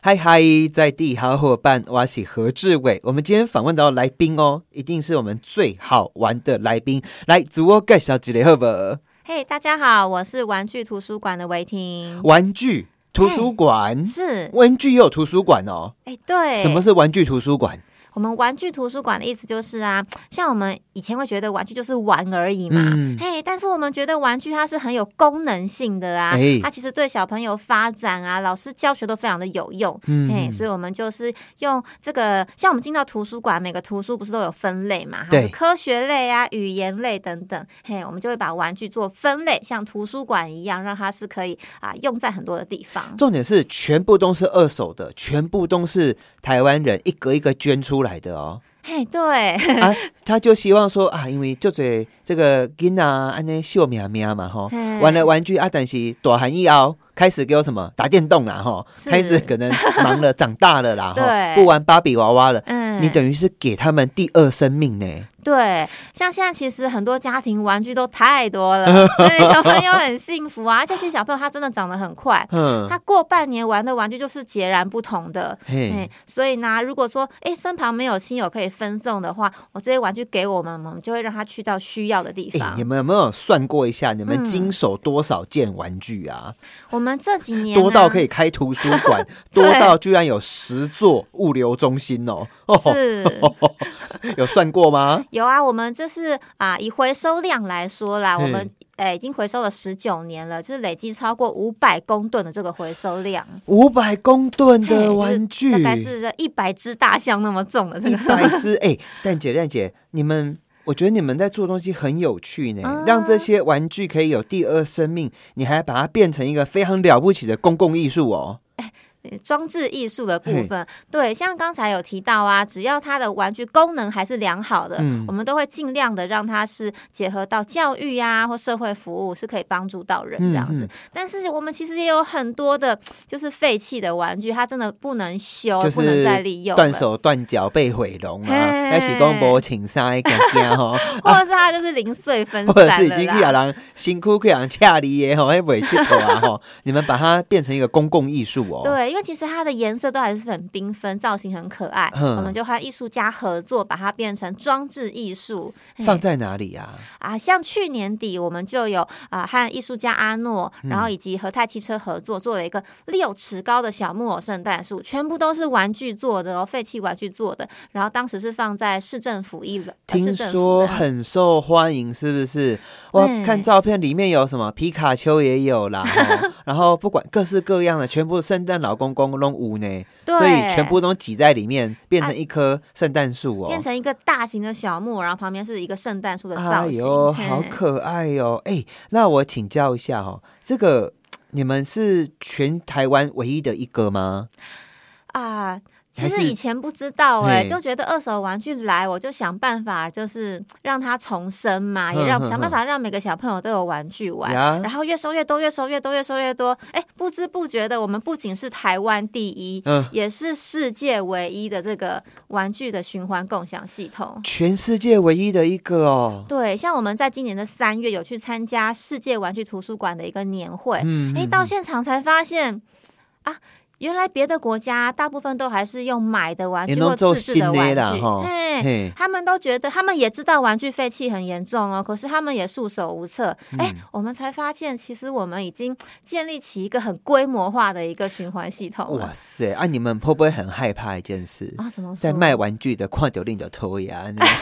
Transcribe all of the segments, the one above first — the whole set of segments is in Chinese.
嗨嗨，在地好伙伴，我是何志伟。我们今天访问到来宾哦，一定是我们最好玩的来宾。来，自我介绍一下好不好？ 嘿，大家好，我是玩具图书馆的维婷。 玩具图书馆是玩具也有图书馆哦。 对， 什么是玩具图书馆？ 我们玩具图书馆的意思就是啊，像我们以前会觉得玩具就是玩而已嘛，但是我们觉得玩具它是很有功能性的啊，它其实对小朋友发展啊，老师教学都非常的有用，所以我们就是用这个，像我们进到图书馆，每个图书不是都有分类嘛，它是科学类啊、语言类等等，我们就会把玩具做分类，像图书馆一样，让它是可以用在很多的地方。 重点是全部都是二手的，全部都是台湾人一个一个捐出来的哦。 对啊，他就希望说啊，因为就这个囡仔安尼秀命命嘛吼，玩了玩具啊，但是大汉以后开始给我什么打电动啦吼，开始可能忙了长大了啦吼，不玩芭比娃娃了，你等于是给他们第二生命呢。 对，像现在其实很多家庭玩具都太多了，对，小朋友很幸福啊。而且这些小朋友他真的长得很快，他过半年玩的玩具就是截然不同的。所以呢，如果说身旁没有亲友可以分送的话，我这些玩具给我们就会让他去到需要的地方。 你们有没有算过一下，你们经手多少件玩具啊？ 我们这几年多到可以开图书馆，多到居然有10座物流中心哦。 是有算过吗？ 有啊，我们这是以回收量来说啦，我们已经回收了19年了，就是累积超过500公吨的这个回收量。 500公吨的玩具， 大概是100只大象那么重的这个。 100只蛋姐，你们。我觉得你们在做东西很有趣呢，让这些玩具可以有第二生命，你还把它变成一个非常了不起的公共艺术哦。 装置艺术的部分，对，像刚才有提到啊，只要它的玩具功能还是良好的，我们都会尽量的让它是结合到教育啊或社会服务，是可以帮助到人这样子。但是我们其实也有很多的就是废弃的玩具，它真的不能修，不能再利用了， 断手断脚被毁容啊，还是讲无穿衫的或者是它就是零碎分散了， 或者是已经去人辛苦去人恰里的吼，还袂佚佗啊吼，你们把它变成一个公共艺术哦。 对，因为其实它的颜色都还是很缤纷，造型很可爱，我们就和艺术家合作，把它变成装置艺术。 放在哪里啊？ 像去年底我们就有和艺术家阿诺，然后以及和泰汽车合作，做了一个6尺高的小木偶圣诞树，全部都是玩具做的哦，废弃玩具做的。然后当时是放在市政府1楼， 听说很受欢迎，是不是？我看照片里面有什么皮卡丘也有啦，然后不管各式各样的，全部圣诞老公公都有呢，所以全部都挤在里面，变成一棵圣诞树哦， 变成一个大型的小木，然后旁边是一个圣诞树的造型。 好可爱哦！那我请教一下哦，这个你们是全台湾唯一的一个吗？ 其实以前不知道就觉得二手玩具来，我就想办法就是让它重生嘛，也想办法让每个小朋友都有玩具玩，然后越收越多，不知不觉的，我们不仅是台湾第一，也是世界唯一的这个玩具的循环共享系统， 全世界唯一的一个哦。 对，像我们在今年的3月有去参加世界玩具图书馆的一个年会，到现场才发现原来别的国家大部分都还是用买的玩具或自制的玩具，他们都觉得，他们也知道玩具废弃很严重哦，可是他们也束手无策。我们才发现，其实我们已经建立起一个很规模化的一个循环系统了。 哇塞！你们会不会很害怕一件事？ 什么？ 在卖玩具的看到你就偷呀？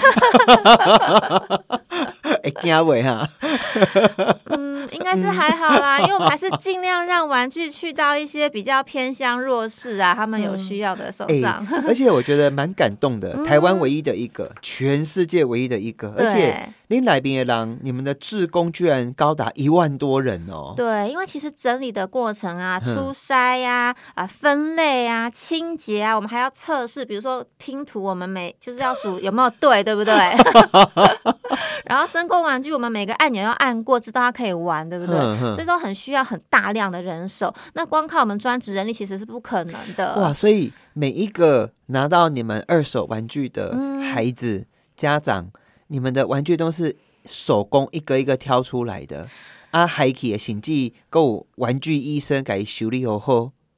会惊不哈？ 应该是还好啦，因为我们还是尽量让玩具去到一些比较偏向弱势他们有需要的手上。 而且我觉得蛮感动的，台湾唯一的一个，全世界唯一的一个，而且你来宾的人，你们的志工居然高达1万多人哦。 对，因为其实整理的过程初筛分类清洁我们还要测试，比如说拼图，我们就是要数有没有对不对？然后声光玩具，我们每个按钮要按过，知道它可以玩，对不对？这都很需要很大量的人手，那光靠我们专职人力其实是不可能的。 哇，所以每一个拿到你们二手玩具的孩子、家长，你们的玩具都是手工一个一个挑出来的还去的，甚至还有玩具医生给他修理好好。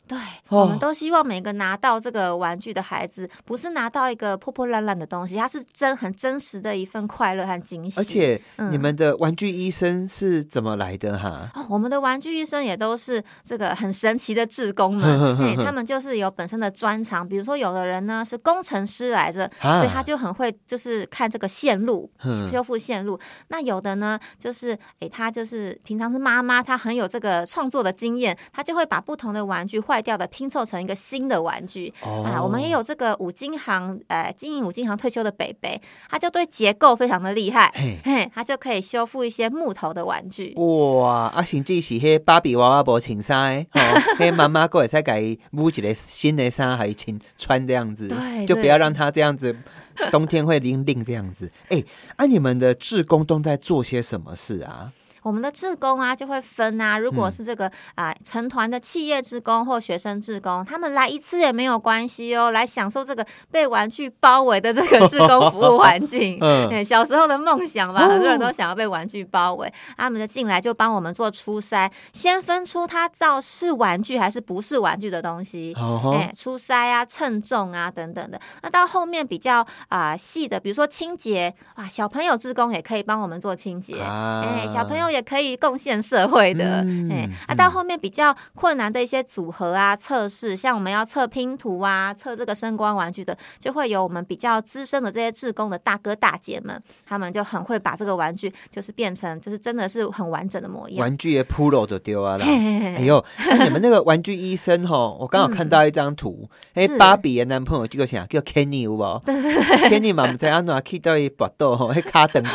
对，我们都希望每个拿到这个玩具的孩子，不是拿到一个破破烂烂的东西，它是很真实的一份快乐和惊喜。 而且你们的玩具医生是怎么来的哈？ 我们的玩具医生也都是这个很神奇的志工们，他们就是有本身的专长，比如说有的人呢是工程师来着，所以他就很会就是看这个线路，修复线路。那有的呢就是他就是平常是妈妈，他很有这个创作的经验，他就会把不同的玩具坏掉的拼凑成一个新的玩具。我们也有这个五金行经营五金行退休的北北，他就对结构非常的厉害，他就可以修复一些木头的玩具。 哇，甚至是迄芭比娃娃无穿衫的，迄妈妈还会使给他买一个新的衫还穿这样子，就不要让他这样子冬天会淋这样子。你们的志工都在做些什么事啊？ 我们的志工啊就会分啊，如果是这个成团的企业志工或学生志工，他们来一次也没有关系哦，来享受这个被玩具包围的这个志工服务环境。小时候的梦想吧，很多人都想要被玩具包围。他们就进来就帮我们做初筛，先分出它到是玩具还是不是玩具的东西。初筛啊、称重啊等等的。那到后面比较细的，比如说清洁，小朋友志工也可以帮我们做清洁。小朋友也可以贡献社会的。到后面比较困难的一些组合啊测试，像我们要测拼图啊、测这个声光玩具的，就会有我们比较资深的这些志工的大哥大姐们，他们就很会把这个玩具就是变成就是真的是很完整的模样。 玩具的铺路就丢啊啦。你们那个玩具医生我刚好看到一张图，芭比的男朋友叫啥？叫 Kenny 有无？Kenny 嘛不知道哪去到伊跋倒迄卡登去。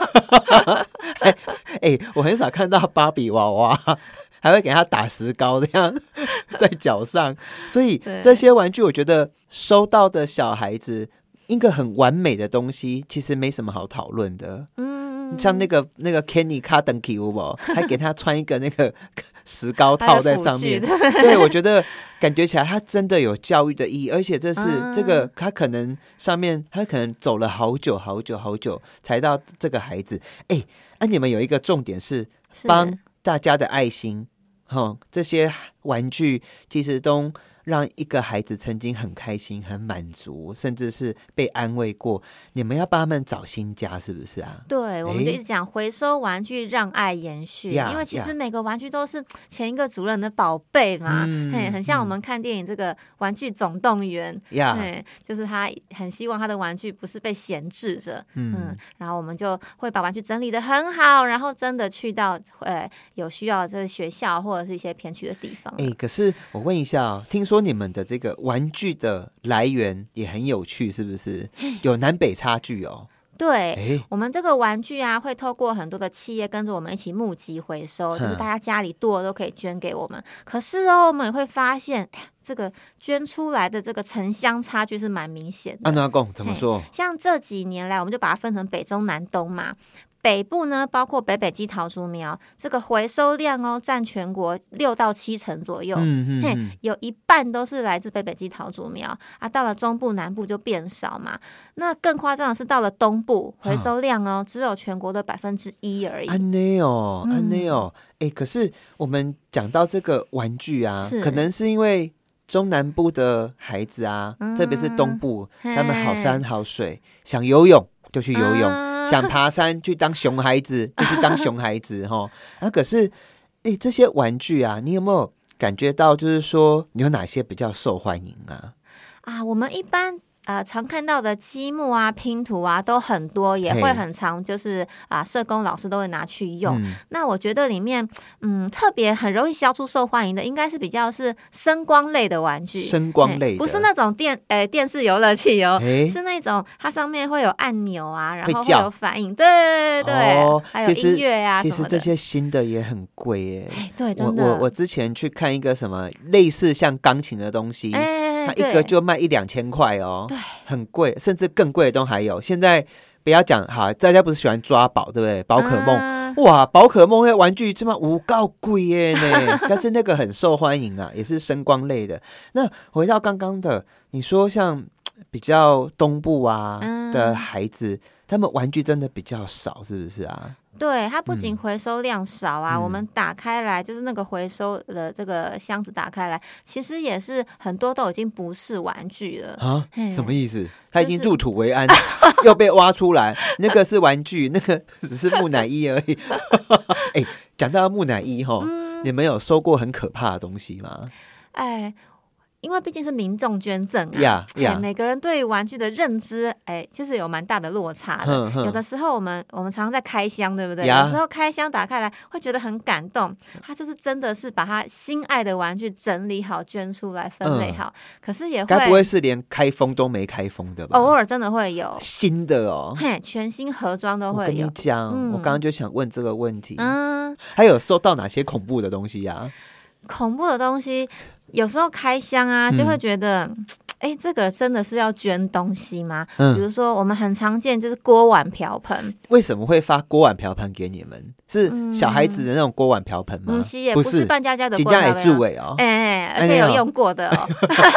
我很少看到芭比娃娃还会给他打石膏这样在脚上，所以这些玩具我觉得收到的小孩子一个很完美的东西，其实没什么好讨论的。像那个 Kenny 卡登去有没还给他穿一个那个石膏套在上面。对，我觉得感觉起来他真的有教育的意义，而且这个他可能上面他可能走了好久好久好久才到这个孩子。你们有一个重点是帮大家的爱心，这些玩具其实都让一个孩子曾经很开心很满足，甚至是被安慰过，你们要帮他们找新家是不是啊？ 对，我们就一直讲回收玩具让爱延续，因为其实每个玩具都是前一个主人的宝贝嘛。很像我们看电影这个玩具总动员，就是他很希望他的玩具不是被闲置着。然后我们就会把玩具整理得很好，然后真的去到有需要的这个学校或者是一些偏僻的地方。 可是我问一下听说你们的这个玩具的来源也很有趣，是不是？有南北差距哦。 对，我们这个玩具啊，会透过很多的企业跟着我们一起募集回收，就是大家家里多都可以捐给我们。可是我们也会发现，这个捐出来的这个城乡差距是蛮明显的。 那怎么说？ 像这几年来，我们就把它分成北中南东嘛。北部呢，包括北北基桃竹苗，这个回收量占全国6到7成左右。有一半都是来自北北基桃竹苗啊。到了中部南部就变少嘛。那更夸张的是到了东部，回收量只有全国的1%而已。安内哦。可是我们讲到这个玩具啊，可能是因为中南部的孩子啊，特别是东部，他们好山好水，想游泳就去游泳。想爬山去当熊孩子就去当熊孩子可是这些玩具啊，你有没有感觉到就是说你有哪些比较受欢迎啊？ 我们一般常看到的积木啊、拼图啊都很多，也会很常就是社工老师都会拿去用。那我觉得里面特别很容易销出受欢迎的，应该是比较是声光类的玩具。 声光类的， 不是那种电视游乐器是那种它上面会有按钮啊，然后会有反应。对，还有音乐啊什么的。 其实这些新的也很贵耶。 对，真的。 我之前去看一个什么类似像钢琴的东西，它一个就卖1-2千块对，很贵，甚至更贵的都还有。现在不要讲好，大家不是喜欢抓宝对不对？宝可梦，哇，宝可梦那玩具这么有够贵耶呢，但是那个很受欢迎啊，也是声光类的。那回到刚刚的，你说像比较东部啊的孩子，他们玩具真的比较少，是不是啊？ 对，它不仅回收量少啊，我们打开来就是那个回收的这个箱子打开来，其实也是很多都已经不是玩具了啊？ 什么意思？它已经入土为安，又被挖出来，那个是玩具，那个只是木乃伊而已。讲到木乃伊你们有收过很可怕的东西吗？ 因为毕竟是民众捐赠每个人对于玩具的认知，其实有蛮大的落差的。有的时候我们常常在开箱，对不对？有时候开箱打开来会觉得很感动，他就是真的是把他心爱的玩具整理好，捐出来分类好。可是也会， 该不会是连开封都没开封的吧？ 偶尔真的会有新的哦， 全新盒装都会有。 我跟你讲，我刚刚就想问这个问题。还有收到哪些恐怖的东西呀？ 恐怖的东西。有时候开箱啊，就会觉得，这个真的是要捐东西吗？比如说，我们很常见就是锅碗瓢盆。 为什么会发锅碗瓢盆给你们？是小孩子的那种锅碗瓢盆吗？ 不是扮家家的锅碗瓢盆，而且有用过的哦。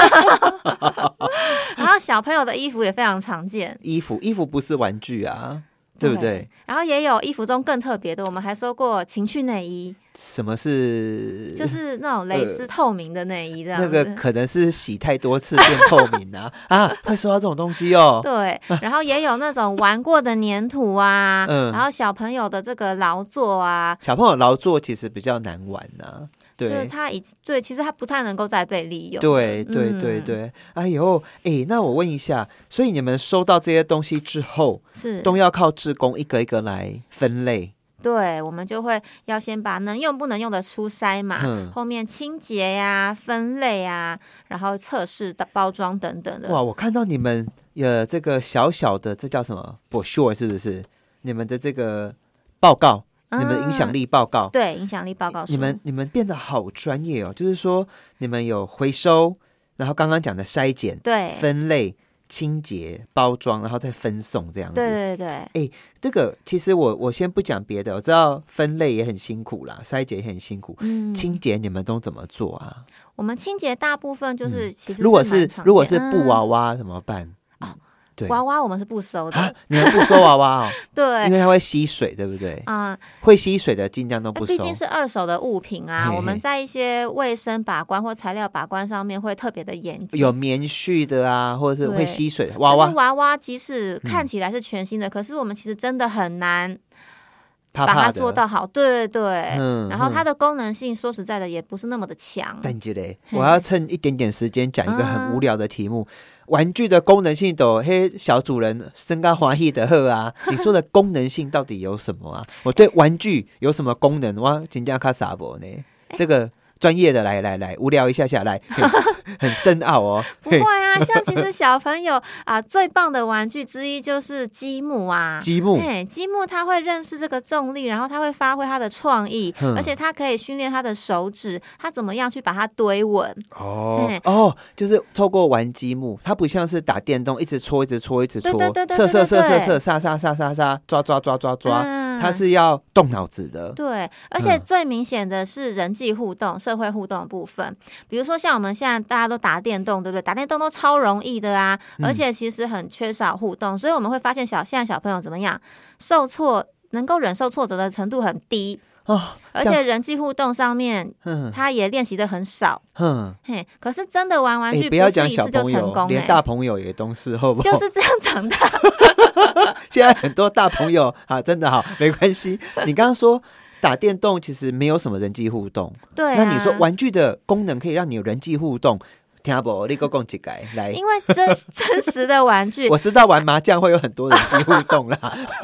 然后小朋友的衣服也非常常见。 衣服不是玩具啊。对不对？ 然后也有衣服中更特别的，我们还收过情趣内衣。 什么是？ 就是那种蕾丝透明的内衣，这样子。 那个可能是洗太多次变透明啊会收到这种东西哦。 对，然后也有那种玩过的粘土啊，然后小朋友的这个劳作啊。 小朋友劳作其实比较难玩啊。 就是他其实他不太能够再被利用。 对。哎呦，那我问一下，所以你们收到这些东西之后，都要靠志工一个一个来分类。 对，我们就会要先把能用不能用的初筛嘛，后面清洁呀、分类啊，然后测试的包装等等的。 哇，我看到你们这个小小的，这叫什么？brochure 是不是？你们的这个报告。你们影响力报告， 对，影响力报告书， 你们变得好专业哦。就是说，你们有回收，然后刚刚讲的筛检， 对， 分类、清洁、包装，然后再分送这样子。 对。 这个其实我先不讲别的，我知道分类也很辛苦啦，筛检也很辛苦。清洁你们都怎么做啊？ 我们清洁大部分就是其实如果是布娃娃怎么办？ 娃娃我们是不收的。 你们不收娃娃哦？ 对， 因为它会吸水，对不对？会吸水的尽量都不收。 毕竟是二手的物品啊，我们在一些卫生把关或材料把关上面会特别的严谨。 有棉絮的啊，或者是会吸水的娃娃。 就是娃娃即使看起来是全新的，可是我们其实真的很难把它做到好。对。然后它的功能性说实在的也不是那么的强。 但是嘞，我要趁一点点时间讲一个很无聊的题目。玩具的功能性都小主人身高欢喜的喝啊！你说的功能性到底有什么啊？我对玩具有什么功能，我真的看傻不呢？这个专业的来无聊一下下来，很深奥哦。 不会啊，像其实小朋友最棒的玩具之一就是积木啊。积木他会认识这个重力，然后他会发挥他的创意，而且他可以训练他的手指，他怎么样去把它堆稳。 就是透过玩积木，它不像是打电动，一直搓，射，杀，抓。它是要动脑子的。 对，而且最明显的是人际互动、社会互动的部分。比如说像我们现在大家都打电动，对不对？打电动都超容易的啊，而且其实很缺少互动，所以我们会发现现在小朋友怎么样，能够忍受挫折的程度很低。而且人际互动上面，他也练习的很少。可是真的玩玩具不是一次就成功， 连大朋友也都是，好不好？ 就是这样长大。 现在很多大朋友真的好，没关系。你刚刚说打电动其实没有什么人际互动， 对。 那你说玩具的功能可以让你有人际互动？听不？你给我讲一个来。 因为真实的玩具， 我知道玩麻将会有很多人际互动啦。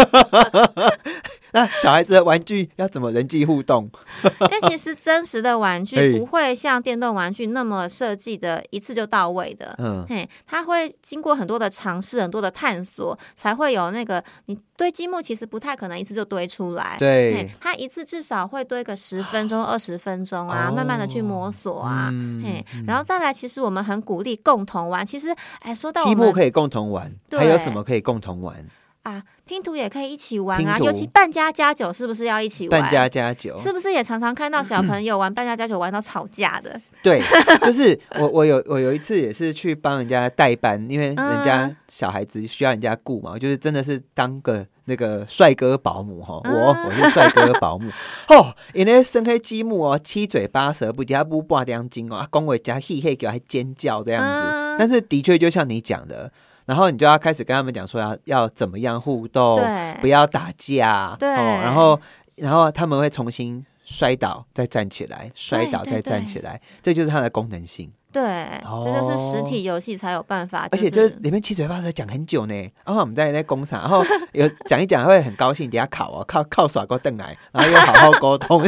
那小孩子的玩具要怎么人际互动？ 但其实真实的玩具不会像电动玩具那么设计的一次就到位的。它会经过很多的尝试、很多的探索，才会有那个你堆积木其实不太可能一次就堆出来。 对， 它一次至少会堆个10分钟、20分钟啊，慢慢的去摸索啊。然后再来，其实我们很鼓励共同玩。其实，说到积木可以共同玩，还有什么可以共同玩？ 拼图也可以一起玩啊，尤其扮家家酒是不是要一起玩？ 扮家家酒是不是也常常看到小朋友玩扮家家酒玩到吵架的？ 对，就是我有一次也是去帮人家代班，因为人家小孩子需要人家顾嘛，就是真的是当个那个帅哥保姆我是帅哥保姆因为生黑积木七嘴八舌，不加不半两斤讲话加嘿嘿叫还尖叫这样子，但是的确就像你讲的。然后你就要开始跟他们讲说要怎么样互动，不要打架， 对， 然后他们会重新摔倒再站起来，摔倒再站起来，这就是它的功能性。 对，这就是实体游戏才有办法， 而且这里面七嘴八舌讲很久呢，然后我们在工厂，然后有讲一讲会很高兴，等下靠耍过凳来，然后又好好沟通。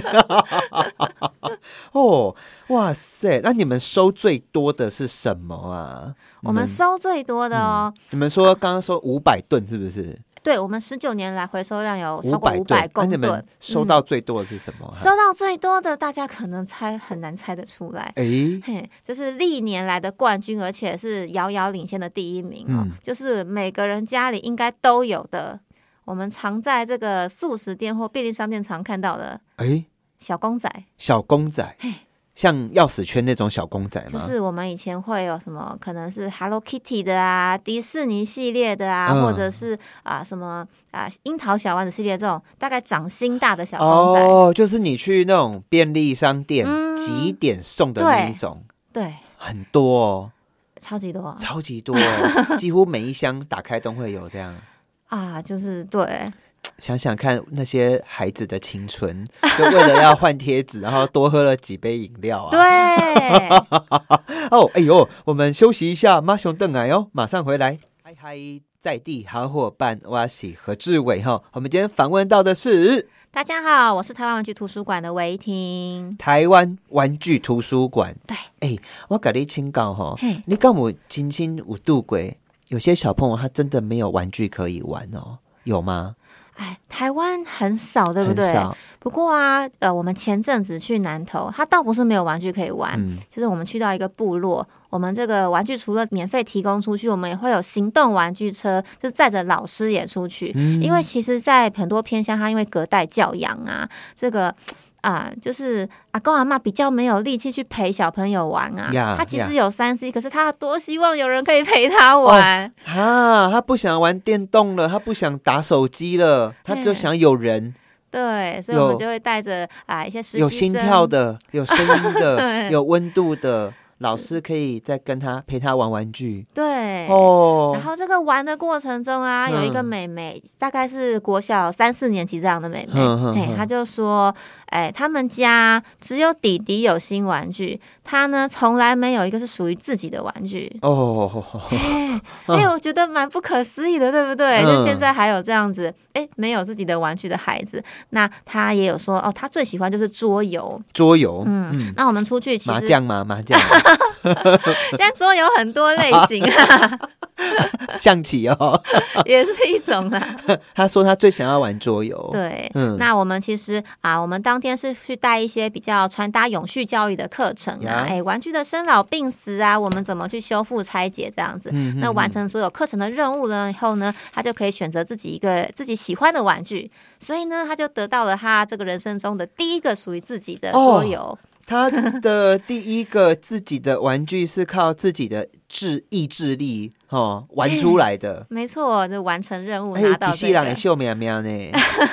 哇塞，那你们收最多的是什么啊？ 我们收最多的你们说刚刚说500吨是不是？ 对，我们19年来回收量有超过500公吨。 那你们收到最多的是什么？ 收到最多的，大家可能很难猜得出来。就是历年来的冠军，而且是遥遥领先的第1名就是每个人家里应该都有的，我们常在这个素食店或便利商店常看到的小公仔。小公仔。 像钥匙圈那种小公仔吗？ 就是我们以前会有什么，可能是 Hello Kitty 的啊，迪士尼系列的啊，或者是什么樱桃小丸子系列这种大概掌心大的小公仔。 就是你去那种便利商店几点送的那一种。 对， 很多超级多， 超级多几乎每一箱打开都会有这样就是对。 想想看那些孩子的青春，就为了要换贴纸然后多喝了几杯饮料对哎呦，我们休息一下，马上回来马上回来。嗨嗨，在地好伙伴，我是何志伟我们今天访问到的是， 大家好，我是台湾玩具图书馆的维婷。 台湾玩具图书馆， 对， 我跟你请教你敢有真心有度过有些小朋友他真的没有玩具可以玩有吗？ 台湾很少，对不对？ 很少。 不过我们前阵子去南投，它倒不是没有玩具可以玩，就是我们去到一个部落，我们这个玩具除了免费提供出去，我们也会有行动玩具车，就是载着老师也出去。因为其实在很多偏乡，它因为隔代教养这个就是阿公阿嬷比较没有力气去陪小朋友玩他其实有3C，可是他多希望有人可以陪他玩他不想玩电动了，他不想打手机了，他就想有人。 对，所以我们就会带着一些实习生， 有心跳的，有声音的，有温度的老师可以再陪他玩玩具。 对然后这个玩的过程中有一个妹妹，大概是国小3、4年级这样的妹妹，她就说他们家只有弟弟有新玩具，她呢从来没有一个是属于自己的玩具。我觉得蛮不可思议的，对不对？就现在还有这样子没有自己的玩具的孩子。那她也有说她最喜欢就是桌游。那我们出去其实麻将吗？麻将现在桌游很多类型象棋也是一种他说他最想要玩桌游。 对，那我们其实我们当天是去带一些比较传达永续教育的课程玩具的生老病死我们怎么去修复拆解这样子。那完成所有课程的任务了以后呢，他就可以选择自己一个自己喜欢的玩具，所以呢他就得到了他这个人生中的第一个属于自己的桌游。 他的第一个自己的玩具是靠自己的意志力玩出来的。 没错，就完成任务拿到几世人的秀苗苗呢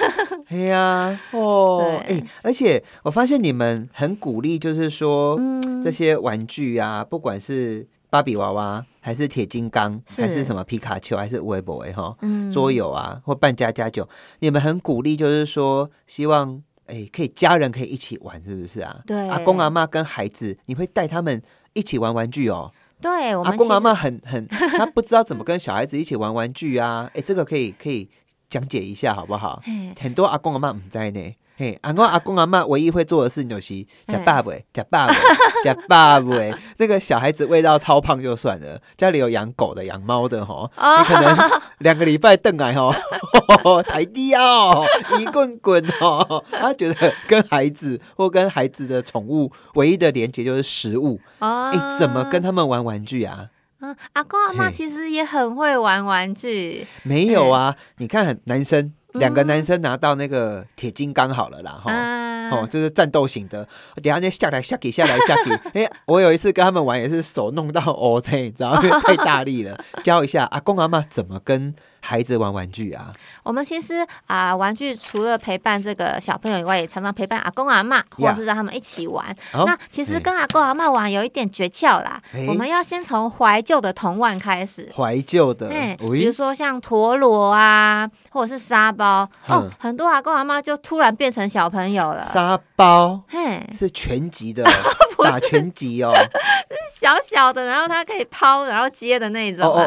而且我发现你们很鼓励，就是说这些玩具不管是芭比娃娃还是铁金刚还是什么皮卡丘还是微博桌游或扮家家酒，你们很鼓励就是说希望可以家人可以一起玩，是不是对， 阿公阿嬷跟孩子，你会带他们一起玩玩具对，我们阿公阿嬷他不知道怎么跟小孩子一起玩玩具这个可以讲解一下好不好？很多阿公阿嬷不知道呢。阿公阿嬷唯一会做的事情就是吃饱未，吃饱未，吃饱未。那个小孩子味道超胖就算了，家里有养狗的养猫的你可能2个礼拜回来台地一棍棍他觉得跟孩子或跟孩子的宠物唯一的连结就是食物怎么跟他们玩玩具阿公阿嬷其实也很会玩玩具。 没有啊，你看男生2个男生拿到那个铁金刚好了啦，这是战斗型的，等下那下来下给下来下给，我有一次跟他们玩也是手弄到OK，你知道因为太大力了。教一下阿公阿嬷怎么跟孩子玩玩具啊？ 我们其实玩具除了陪伴这个小朋友以外，也常常陪伴阿公阿嬷，或是让他们一起玩。那其实跟阿公阿嬷玩有一点诀窍啦，我们要先从怀旧的童玩开始。 怀旧的， 比如说像陀螺啊，或者是沙包。很多阿公阿嬷就突然变成小朋友了。 沙包是拳击的，打拳击哦， 是小小的，然后它可以抛然后接的那种。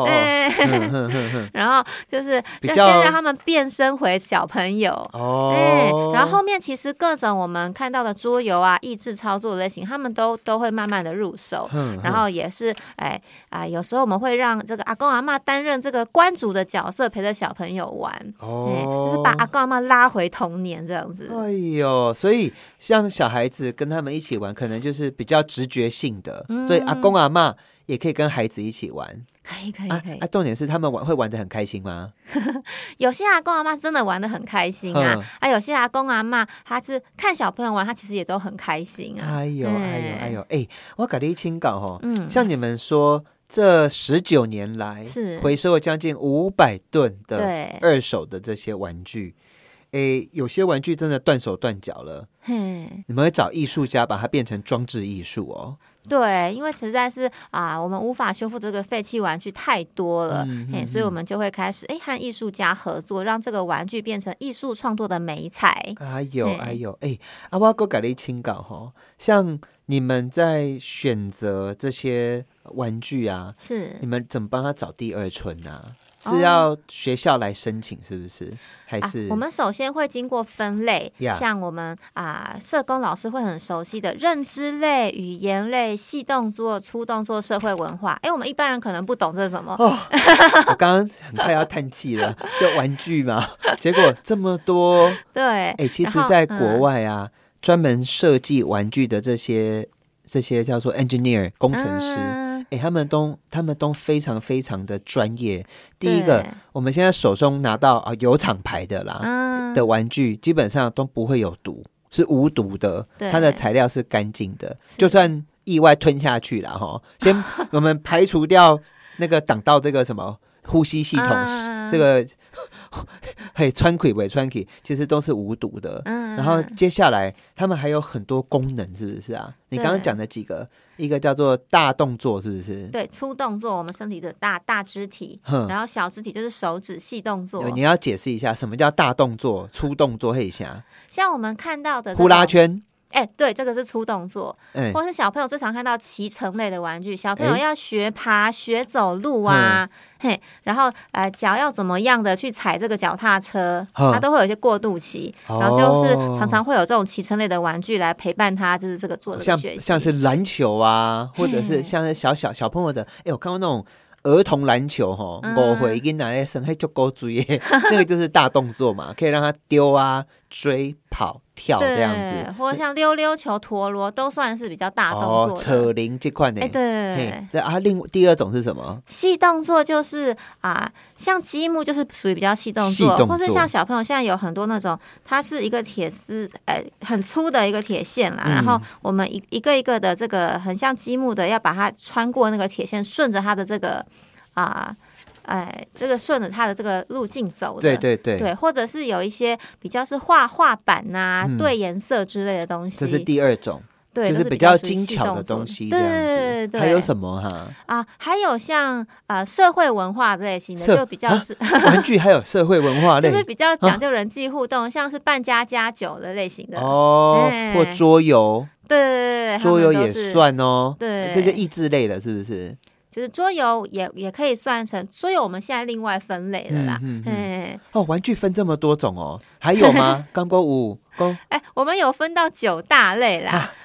然后就是先让他们变身回小朋友。然后后面其实各种我们看到的桌游啊、益智操作类型，他们都会慢慢的入手。然后也是有时候我们会让这个阿公阿嬷担任这个关主的角色，陪着小朋友玩。就是把阿公阿嬷拉回童年这样子。 哎呦，所以像小孩子跟他们一起玩，可能就是比较直觉性的，所以阿公阿嬷也可以跟孩子一起玩。 可以。 重点是他们会玩得很开心吗？ 有些阿公阿嬷真的玩得很开心啊，有些阿公阿嬷他是看小朋友玩，他其实也都很开心啊。 哎呦，我跟你请教像你们说这19年来回收了将近500吨的二手的这些玩具，有些玩具真的断手断脚了，你们会找艺术家把它变成装置艺术哦。 对，因为实在是我们无法修复这个废弃玩具太多了，所以我们就会开始和艺术家合作，让这个玩具变成艺术创作的媒材。 我再跟你请教像你们在选择这些玩具啊， 是你们怎么帮他找第二春啊？是要学校来申请是不是？还是我们首先会经过分类，像我们社工老师会很熟悉的认知类、语言类、细动作、粗动作、社会文化。我们一般人可能不懂这是什么。 我刚刚很快要叹气了，就玩具嘛，结果这么多。 对， 其实在国外啊，专门设计玩具的这些叫做 engineer 工程师。他们都非常非常的专业。第一个，我们现在手中拿到有厂牌的啦的玩具，基本上都不会有毒，是无毒的，它的材料是干净的，就算意外吞下去啦先我们排除掉那个挡到这个什么呼吸系统这个穿溃伪穿溃其实都是无毒的。然后接下来他们还有很多功能，是不是啊？你刚刚讲的几个，一个叫做大动作，是不是？ 对，粗动作我们身体的大肢体，然后小肢体就是手指，细动作。 你要解释一下什么叫大动作、粗动作？黑侠像我们看到的呼啦圈。 对，这个是粗动作，或是小朋友最常看到骑乘类的玩具，小朋友要学爬、学走路啊，然后脚要怎么样的去踩这个脚踏车，他都会有一些过渡期，然后就是常常会有这种骑乘类的玩具来陪伴他，就是这个做的学习， 像是篮球啊，或者是像是小朋友的，我看过那种儿童篮球5岁已经拿来生，就够追耶，那个就是大动作嘛，可以让他丢啊、追、跑、跳这样子， 或者像溜溜球、陀螺都算是比较大动作的。 扯铃这块呢， 对。 第二种是什么？ 细动作就是像积木就是属于比较细动作，或是像小朋友现在有很多那种，它是一个铁丝很粗的一个铁线啦，然后我们一个一个的这个很像积木的，要把它穿过那个铁线，顺着它的这个这个顺着它的这个路径走的，对，或者是有一些比较是画板啊、对颜色之类的东西， 这是第二种， 对， 就是比较精巧的东西，这样子。 对， 还有什么还有像社会文化类型的，就比较是玩具，还有社会文化类， 就是比较讲究人际互动，像是扮家家酒的类型的或桌游， 对， 桌游也算对， 这就益智类了，是不是？ 就是桌游也可以算成桌游，我们现在另外分类了啦。 玩具分这么多种还有吗？刚过5， 我们有分到9大类啦。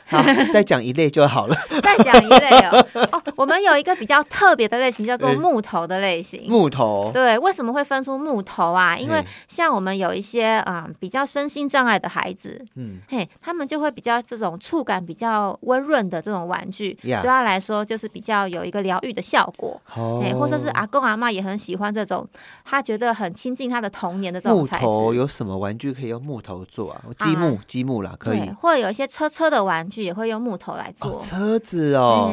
好，再讲一类就好了。 再讲一类哦，我们有一个比较特别的类型，叫做木头的类型。 木头， 对，为什么会分出木头啊？因为像我们有一些比较身心障碍的孩子，他们就会比较这种触感比较温润的这种玩具，对他来说就是比较有一个疗愈的效果。或者是阿公阿嬷也很喜欢这种，他觉得很亲近他的童年的这种材质。 木头有什么玩具可以用木头做啊？积木啦，可以。 或者有一些车的玩具也会用木头来做。 车子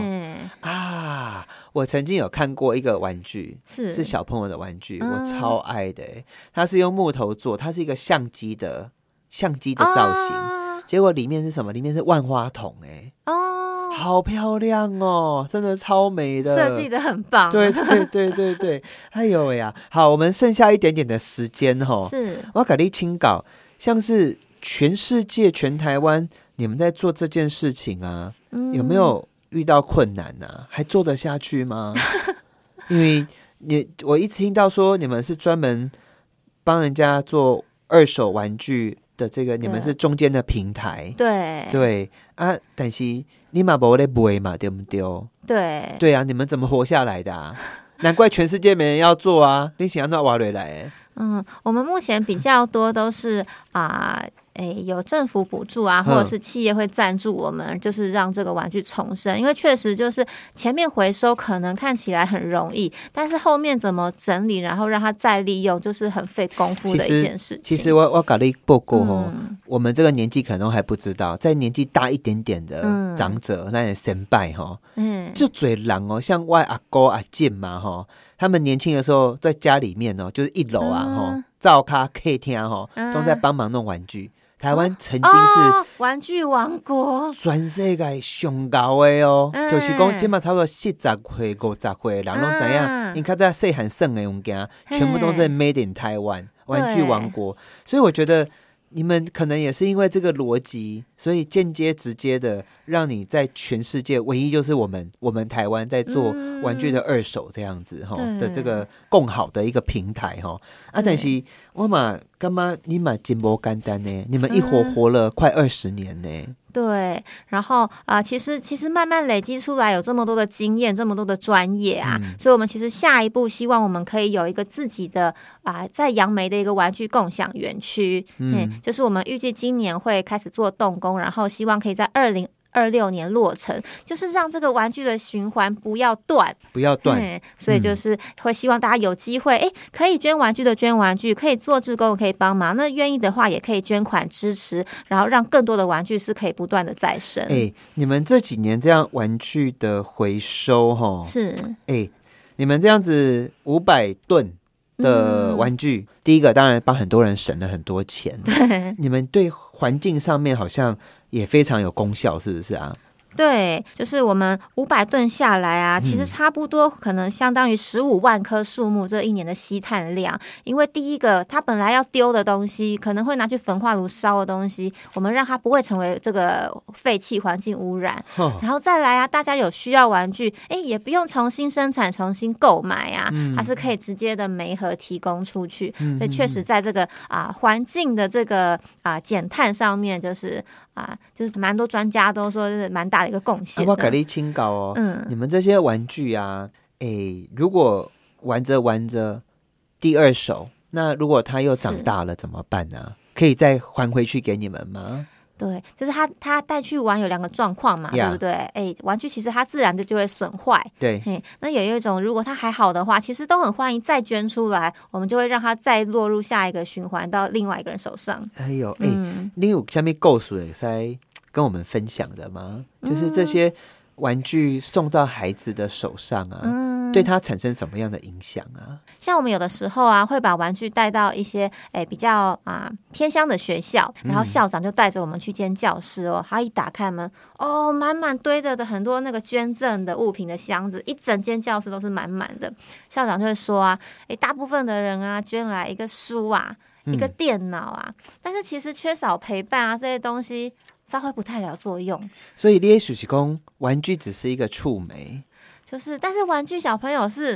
我曾经有看过一个玩具，是小朋友的玩具，我超爱的。它是用木头做，它是一个相机的造型，结果里面是什么？里面是万花筒好漂亮哦，真的超美的， 设计的很棒。 对，哎呦喂呀！好，我们剩下一点点的时间是我要给你请稿，像是全世界全台湾你们在做这件事情啊，有没有遇到困难啊？还做得下去吗？因为我一直听到说你们是专门帮人家做二手玩具的，这个你们是中间的平台。对啊，但是你嘛没在卖嘛，对不对？对啊，你们怎么活下来的啊？难怪全世界没人要做啊！你想要那挖回来？ 我们目前比较多都是有政府补助啊，或者是企业会赞助我们，就是让这个玩具重生。因为确实就是前面回收可能看起来很容易，但是后面怎么整理，然后让它再利用，就是很费功夫的一件事情。 其实我跟你报告我们这个年纪可能还不知道，在年纪大一点点的长者，那些先辈就最人像我阿哥阿健嘛他们年轻的时候在家里面就是一楼灶咖客厅都在帮忙弄玩具。台湾曾经是玩具王国， 全世界上高的就是讲现在差不多40岁、50岁人都知道，因较早细汉耍的物件全部都是 made in Taiwan 玩具王国，所以我觉得你们可能也是因为这个逻辑，所以间接直接的让你在全世界唯一就是我们台湾在做玩具的二手这样子的这个共好的一个平台但是我嘛干嘛你嘛真不简单呢？你们一活了快20年呢。 对，然后其实慢慢累积出来有这么多的经验，这么多的专业所以我们其实下一步希望我们可以有一个自己的在杨梅的一个玩具共享园区，就是我们预计今年会开始做动工，然后希望可以在2026年落成，就是让这个玩具的循环不要断，所以就是会希望大家有机会可以捐玩具的捐玩具，可以做志工的可以帮忙，那愿意的话也可以捐款支持，然后让更多的玩具是可以不断的再生。 你们这几年这样玩具的回收是你们这样子500吨的玩具，第一个当然帮很多人省了很多钱， 对， 你们对环境上面好像也非常有功效，是不是啊？ 对，就是我们500吨下来其实差不多可能相当于15万棵树木这一年的吸碳量。因为第一个，它本来要丢的东西，可能会拿去焚化炉烧的东西，我们让它不会成为这个废弃环境污染。然后再来大家有需要玩具，也不用重新生产、重新购买它是可以直接的媒合提供出去。所以确实在这个环境的这个减碳上面，就是蛮多专家都说是蛮大的一个贡献的。 我给你请教你们这些玩具如果玩着第二手，那如果它又长大了怎么办呢？可以再还回去给你们吗？ 对，就是他带去玩有2个状况嘛，对不对？玩具其实它自然就会损坏。 对， 那有一种如果它还好的话，其实都很欢迎再捐出来，我们就会让它再落入下一个循环到另外一个人手上。 你有下面故事在跟我们分享的吗？就是这些玩具送到孩子的手上对他产生什么样的影响啊？ 像我们有的时候会把玩具带到一些比较偏乡的学校，然后校长就带着我们去间教室他一打开门满满堆着的很多那个捐赠的物品的箱子，一整间教室都是满满的。校长就会说大部分的人捐来一个书一个电脑但是其实缺少陪伴这些东西发挥不太了作用。 所以你也许是说玩具只是一个触媒， 就是但是玩具小朋友是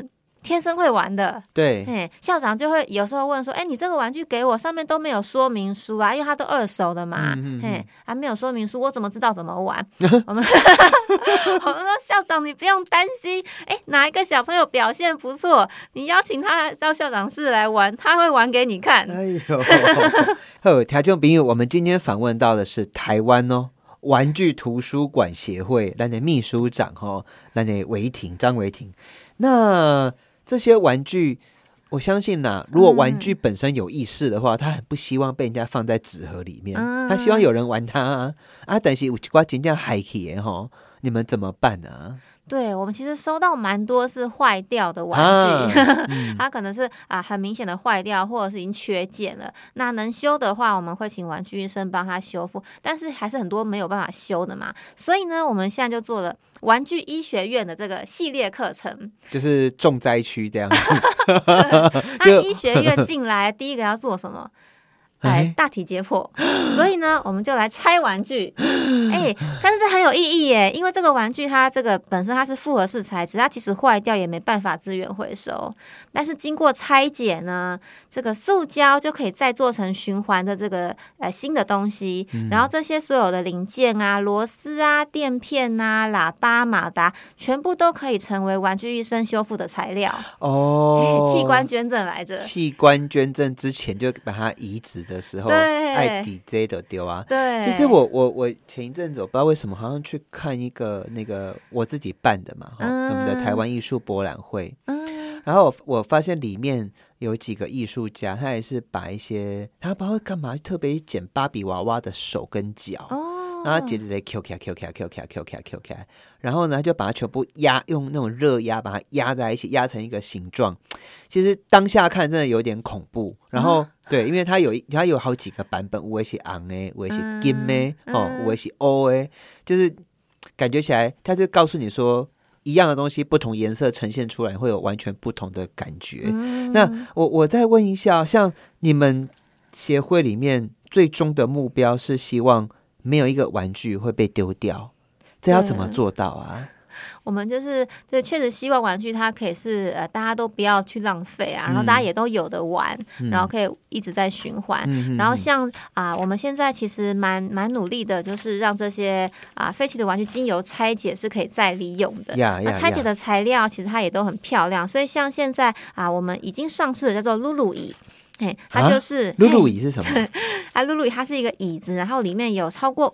天生会玩的。 对， 校长就会有时候问说，你这个玩具给我上面都没有说明书啊，因为它都二手的嘛，还没有说明书，我怎么知道怎么玩？我们说校长你不用担心，哪一个小朋友表现不错，你邀请他到校长室来玩，他会玩给你看。 哎呦，好，听众朋友，我们今天访问到的是台湾玩具图书馆协会咱的秘书长咱的张维婷。那这些玩具，我相信如果玩具本身有意识的话，他很不希望被人家放在纸盒里面，他希望有人玩它但是有一些真的害去的你们怎么办呢？ 对，我们其实收到蛮多是坏掉的玩具，它可能是很明显的坏掉，或者是已经缺件了。那能修的话，我们会请玩具医生帮他修复，但是还是很多没有办法修的嘛。所以呢，我们现在就做了玩具医学院的这个系列课程， 就是重灾区这样子。 那医学院进来第一个要做什么？来大体解剖，所以呢，我们就来拆玩具。但是很有意义耶，因为这个玩具它这个本身它是复合式材质，它其实坏掉也没办法资源回收。但是经过拆解呢，这个塑胶就可以再做成循环的这个新的东西。然后这些所有的零件啊、螺丝啊、垫片啊、喇叭、马达，全部都可以成为玩具医生修复的材料。器官捐赠来着。 器官捐赠之前就把它移植的时候，爱抵这的丢啊。 对， 其实我前一阵子我不知道为什么，好像去看一个那个我自己办的嘛，我们的台湾艺术博览会。然后我发现里面有几个艺术家，他也是把一些他不知道干嘛特别剪芭比娃娃的手跟脚。然后接着再 Q 起来，然后呢，他就把它全部用那种热压把它压在一起，压成一个形状。其实当下看真的有点恐怖。然后对，因为它有好几个版本，有的是红的，有的是金的，有的是黑的，就是感觉起来，他就告诉你说，一样的东西，不同颜色呈现出来会有完全不同的感觉。那我再问一下，像你们协会里面最终的目标是希望没有一个玩具会被丢掉，这要怎么做到啊？ 我们就是确实希望玩具它可以是大家都不要去浪费啊，然后大家也都有的玩，然后可以一直在循环。然后像我们现在其实蛮努力的，就是让这些废弃的玩具经由拆解是可以再利用的。那拆解的材料其实它也都很漂亮，所以像现在我们已经上市的叫做露露椅。它就是露露椅是什么？ 露露椅它是一个椅子，然后里面有超过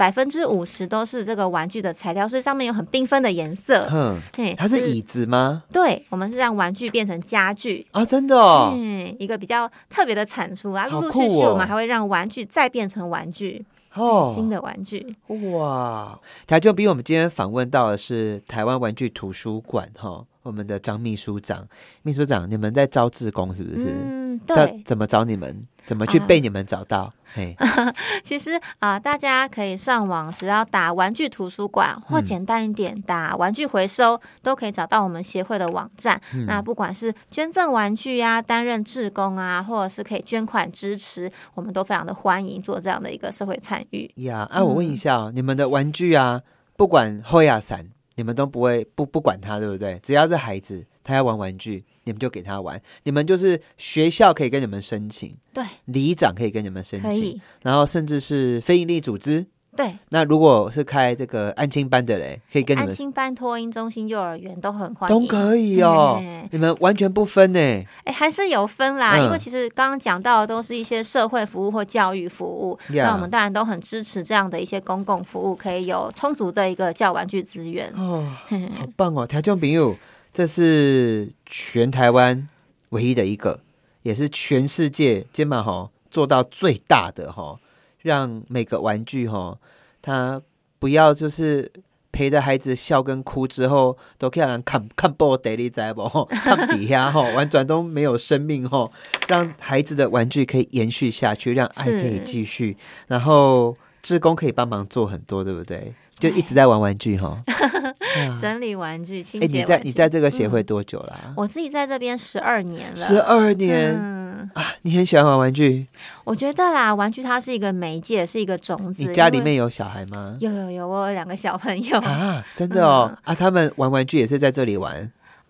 50%都是这个玩具的材料，所以上面有很缤纷的颜色。 它是椅子吗？ 对，我们是让玩具变成家具啊，真的哦。 一个比较特别的产出啊，陆陆续续我们还会让玩具再变成玩具。新的玩具。 哇，台就比我们今天访问到的是台湾玩具图书馆我们的张秘书长，你们在招志工是不是？ 对。 怎么找你们？怎么去被你们找到？ 其实大家可以上网，只要打玩具图书馆，或简单一点打玩具回收，都可以找到我们协会的网站。那不管是捐赠玩具啊，担任志工啊，或者是可以捐款支持，我们都非常的欢迎做这样的一个社会参与。 我问一下你们的玩具不管后亚伞，你们都不会不管他，对不对？只要是孩子他要玩玩具，你们就给他玩。你们就是学校可以跟你们申请， 对， 里长可以跟你们申请，然后甚至是非营利组织。 对， 那如果是开这个安亲班的嘞，可以跟你们安亲班、托婴中心、幼儿园都很欢迎， 都可以哦。你们完全不分呢？ 还是有分啦，因为其实刚刚讲到的都是一些社会服务或教育服务，那我们当然都很支持这样的一些公共服务，可以有充足的一个教玩具资源。 好棒哦！听众朋友，这是全台湾唯一的一个，也是全世界肩膀做到最大的让每个玩具它不要就是陪着孩子笑跟哭之后都可以让人看报地你知不看底下完全都没有生命让孩子的玩具可以延续下去，让爱可以继续，然后志工可以帮忙做很多，对不对？就一直在玩玩具整理玩具、清洁玩具。 你在这个协会多久啦？ 我自己在这边12年了。 12年。你很喜欢玩玩具？ 我觉得啦，玩具它是一个媒介，是一个种子。 你家里面有小孩吗？ 有，我有2个小朋友真的哦。他们玩玩具也是在这里玩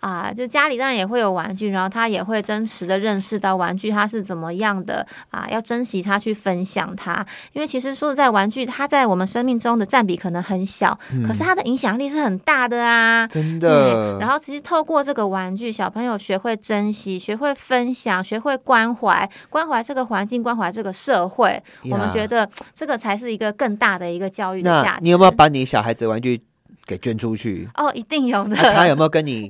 就家里当然也会有玩具，然后他也会真实的认识到玩具它是怎么样的要珍惜它，去分享它。因为其实说实在，玩具它在我们生命中的占比可能很小，可是它的影响力是很大的啊， 真的。 然后其实透过这个玩具，小朋友学会珍惜，学会分享，学会关怀这个环境，关怀这个社会。我们觉得这个才是一个更大的一个教育的价值。 那你有没有把你小孩子的玩具给捐出去？ 一定有的。 他有没有跟你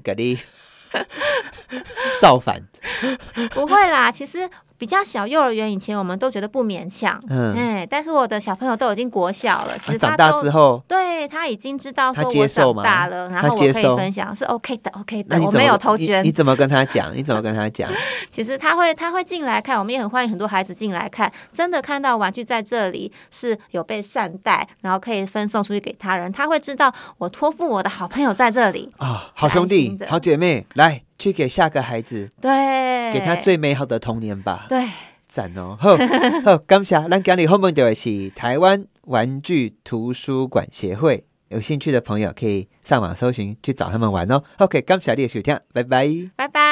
造反？ 不会啦，其实比较小幼儿园以前我们都觉得不勉强，但是我的小朋友都已经国小了，其实长大之后， 对，他已经知道说我长大了，然后我可以分享是 OK 的，我没有偷捐。 你怎么跟他讲？ 其实他会进来看，我们也很欢迎很多孩子进来看，真的看到玩具在这里是有被善待，然后可以分送出去给他人，他会知道我托付我的好朋友在这里好兄弟好姐妹，来去给下个孩子， 对， 给他最美好的童年吧。 对， 赞哦！好，感谢咱今日访问到的是台湾玩具图书馆协会，有兴趣的朋友可以上网搜寻去找他们玩哦。OK， 感谢你的收听，拜拜， 拜拜。